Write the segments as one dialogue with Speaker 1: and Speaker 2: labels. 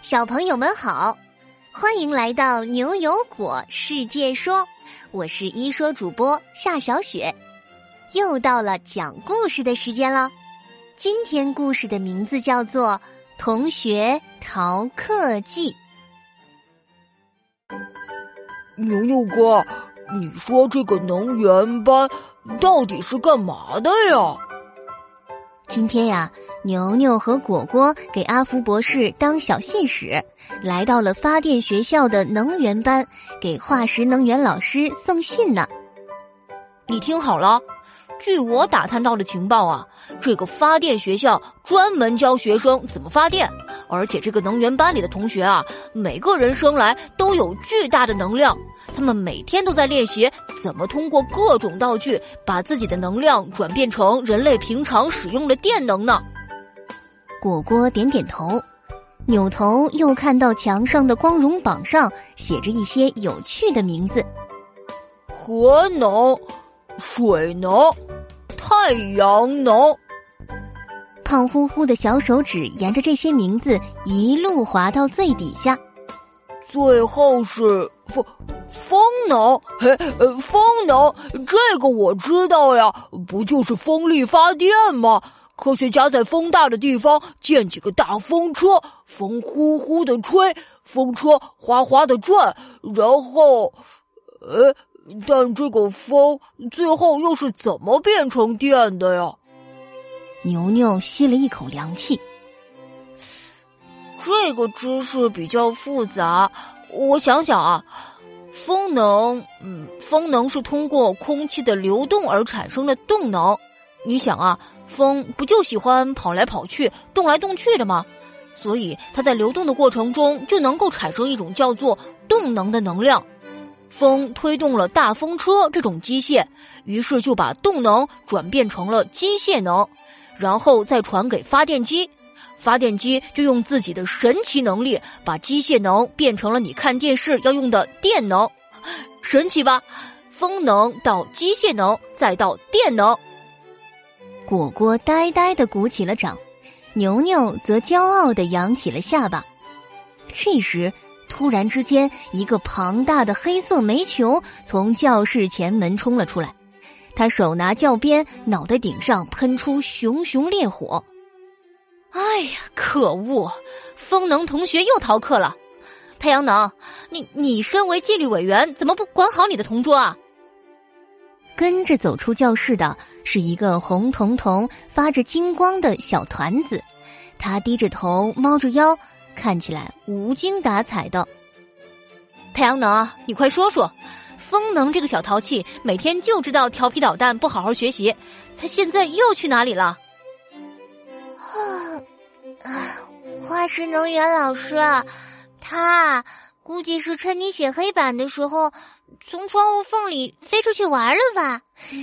Speaker 1: 小朋友们好，欢迎来到牛油果世界说，我是一说主播夏小雪，又到了讲故事的时间了。今天故事的名字叫做《同学逃课记》。
Speaker 2: 牛牛哥，你说这个能源班到底是干嘛的呀？
Speaker 1: 今天呀，牛牛和果果给阿福博士当小信使，来到了发电学校的能源班，给化石能源老师送信呢。
Speaker 3: 你听好了，据我打探到的情报啊，这个发电学校专门教学生怎么发电，而且这个能源班里的同学啊，每个人生来都有巨大的能量，他们每天都在练习怎么通过各种道具把自己的能量转变成人类平常使用的电能呢。
Speaker 1: 果果点点头，扭头又看到墙上的光荣榜上写着一些有趣的名字：
Speaker 2: 核能、水能、太阳能。
Speaker 1: 胖乎乎的小手指沿着这些名字一路滑到最底下，
Speaker 2: 最后是风能。风能这个我知道呀，不就是风力发电吗？科学家在风大的地方建几个大风车，风呼呼的吹，风车哗哗的转，然后但这个风最后又是怎么变成电的呀？
Speaker 1: 牛牛吸了一口凉气。
Speaker 3: 这个知识比较复杂，我想想啊，风能是通过空气的流动而产生的动能。你想啊，风不就喜欢跑来跑去、动来动去的吗？所以它在流动的过程中就能够产生一种叫做动能的能量。风推动了大风车这种机械，于是就把动能转变成了机械能，然后再传给发电机，发电机就用自己的神奇能力把机械能变成了你看电视要用的电能。神奇吧？风能到机械能再到电能。
Speaker 1: 果果呆呆地鼓起了掌，牛牛则骄傲地扬起了下巴。这时突然之间，一个庞大的黑色煤球从教室前门冲了出来，他手拿教鞭，脑袋顶上喷出熊熊烈火。
Speaker 3: 哎呀，可恶！风能同学又逃课了。太阳能，你身为纪律委员，怎么不管好你的同桌啊？
Speaker 1: 跟着走出教室的是一个红彤彤、发着金光的小团子，他低着头，猫着腰，看起来无精打采的。
Speaker 3: 太阳能，你快说说，风能这个小淘气每天就知道调皮捣蛋，不好好学习，他现在又去哪里了？
Speaker 4: 化石能源老师，他估计是趁你写黑板的时候从窗户缝里飞出去玩了吧。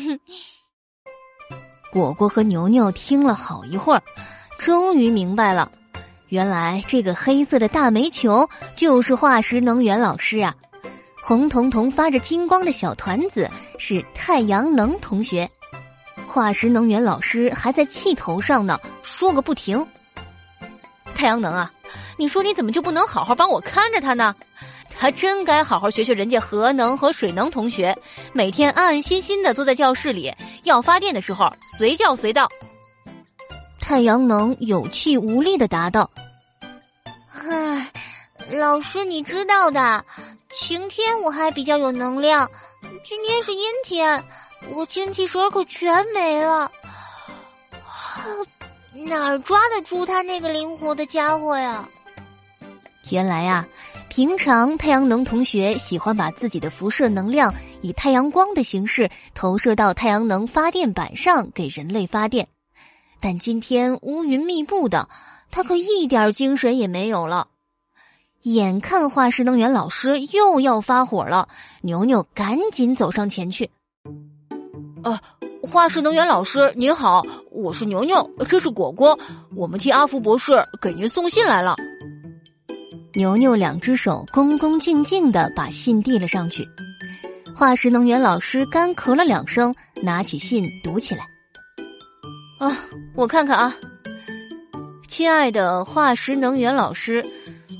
Speaker 1: 果果和牛牛听了好一会儿，终于明白了，原来这个黑色的大煤球就是化石能源老师啊，红彤彤发着金光的小团子是太阳能同学。化石能源老师还在气头上呢，说个不停。
Speaker 3: 太阳能啊，你说你怎么就不能好好帮我看着他呢？他真该好好学学人家核能和水能同学，每天安安心心的坐在教室里，要发电的时候随叫随到。
Speaker 1: 太阳能有气无力地答道：
Speaker 4: 老师你知道的，晴天我还比较有能量，今天是阴天，我精气神可全没了。哪儿抓得住他那个灵活的家伙呀？
Speaker 1: 原来啊，平常太阳能同学喜欢把自己的辐射能量以太阳光的形式投射到太阳能发电板上给人类发电，但今天乌云密布的，他可一点精神也没有了。眼看化石能源老师又要发火了，牛牛赶紧走上前去。
Speaker 3: 化石能源老师您好，我是牛牛，这是果果，我们替阿福博士给您送信来了。
Speaker 1: 牛牛两只手恭恭敬敬地把信递了上去。化石能源老师干咳了2声，拿起信读起来。
Speaker 3: 我看看啊。亲爱的化石能源老师，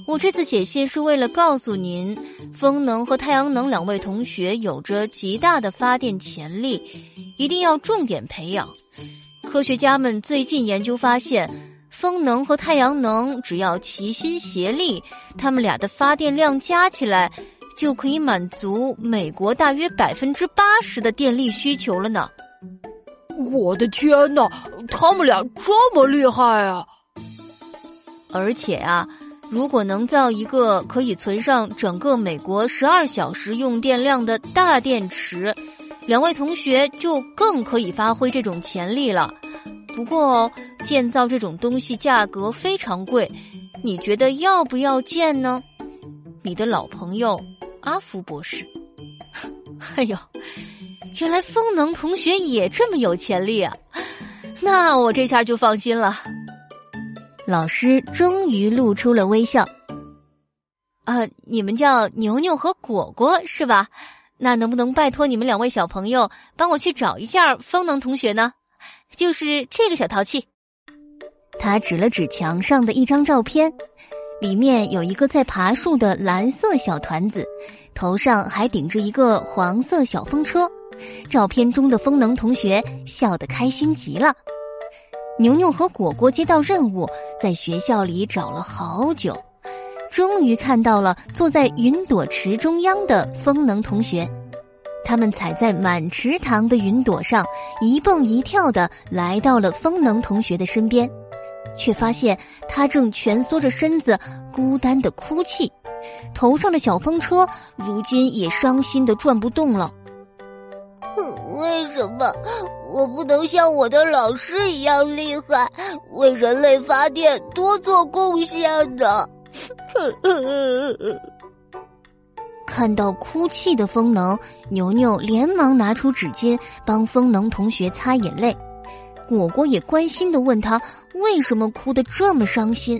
Speaker 1: 我这次写信是为了告诉您，风能和太阳能两位同学有着极大的发电潜力，一定要重点培养。科学家们最近研究发现，风能和太阳能只要齐心协力，他们俩的发电量加起来就可以满足美国大约80%的电力需求了呢。
Speaker 2: 我的天哪，他们俩这么厉害啊！
Speaker 1: 而且啊，如果能造一个可以存上整个美国12小时用电量的大电池，两位同学就更可以发挥这种潜力了。不过建造这种东西价格非常贵，你觉得要不要建呢？你的老朋友阿福博士。哎呦，原来风能同学也这么有潜力啊，那我这下就放心了。老师终于露出了微笑。你们叫牛牛和果果是吧？那能不能拜托你们两位小朋友帮我去找一下风能同学呢？就是这个小淘气。他指了指墙上的一张照片，里面有一个在爬树的蓝色小团子，头上还顶着一个黄色小风车。照片中的风能同学笑得开心极了。牛牛和果果接到任务，在学校里找了好久，终于看到了坐在云朵池中央的风能同学。他们踩在满池塘的云朵上，一蹦一跳地来到了风能同学的身边，却发现他正蜷缩着身子孤单地哭泣，头上的小风车如今也伤心地转不动了。
Speaker 4: 为什么我不能像我的老师一样厉害，为人类发电多做贡献呢？
Speaker 1: 看到哭泣的风能，牛牛连忙拿出纸巾帮风能同学擦眼泪。果果也关心地问他为什么哭得这么伤心。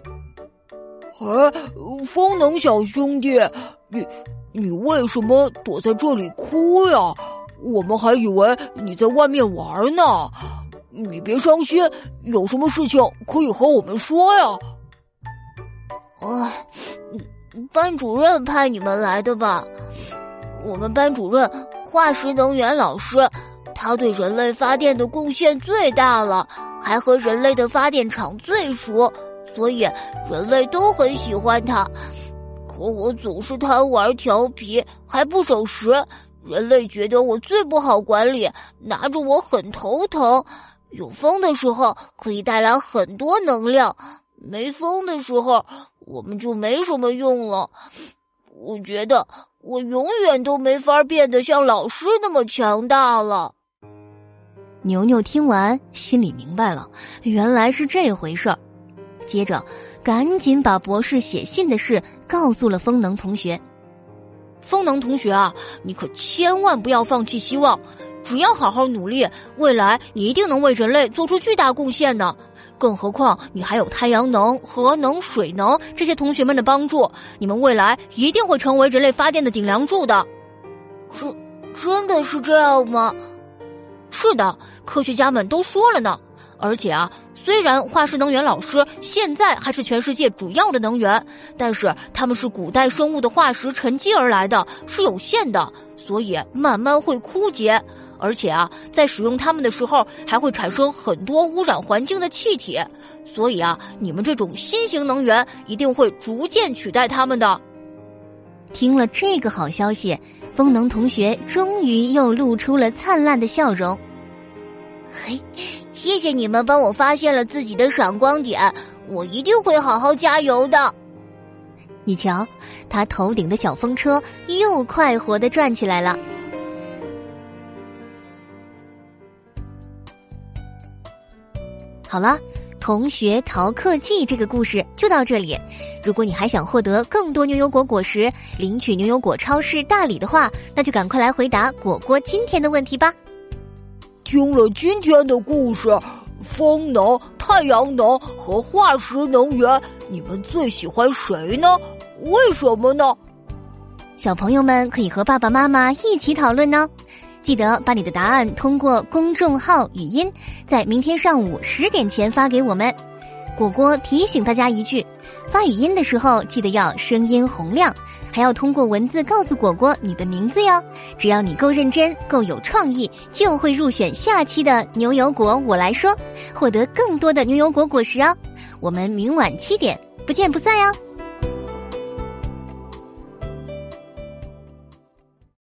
Speaker 2: 风能小兄弟，你为什么躲在这里哭呀？我们还以为你在外面玩呢。你别伤心，有什么事情可以和我们说呀。
Speaker 4: 班主任派你们来的吧？我们班主任化石能源老师，他对人类发电的贡献最大了，还和人类的发电厂最熟，所以人类都很喜欢他。可我总是贪玩调皮，还不守时，人类觉得我最不好管理，拿着我很头疼。有风的时候可以带来很多能量，没风的时候我们就没什么用了。我觉得我永远都没法变得像老师那么强大了。
Speaker 1: 牛牛听完心里明白了，原来是这回事儿。接着赶紧把博士写信的事告诉了风能同学。
Speaker 3: 风能同学啊，你可千万不要放弃希望，只要好好努力，未来你一定能为人类做出巨大贡献的。更何况你还有太阳能、核能、水能这些同学们的帮助，你们未来一定会成为人类发电的顶梁柱的。
Speaker 4: 真的是这样吗？
Speaker 3: 是的，科学家们都说了呢。而且啊，虽然化石能源老师现在还是全世界主要的能源，但是他们是古代生物的化石沉积而来的，是有限的，所以慢慢会枯竭。而且啊，在使用它们的时候还会产生很多污染环境的气体，所以啊，你们这种新型能源一定会逐渐取代它们的。
Speaker 1: 听了这个好消息，风能同学终于又露出了灿烂的笑容。
Speaker 4: 嘿，谢谢你们帮我发现了自己的闪光点，我一定会好好加油的。
Speaker 1: 你瞧，他头顶的小风车又快活地转起来了。好了，同学逃课记这个故事就到这里。如果你还想获得更多牛油果果实，领取牛油果超市大礼的话，那就赶快来回答果果今天的问题吧。
Speaker 2: 听了今天的故事，风能、太阳能和化石能源，你们最喜欢谁呢？为什么呢？
Speaker 1: 小朋友们可以和爸爸妈妈一起讨论呢。记得把你的答案通过公众号语音，在明天上午10点前发给我们。 果果提醒大家一句，发语音的时候记得要声音洪亮，还要通过文字告诉果果你的名字哟。只要你够认真，够有创意，就会入选下期的牛油果我来说，获得更多的牛油果果实哦。我们明晚7点不见不散呀。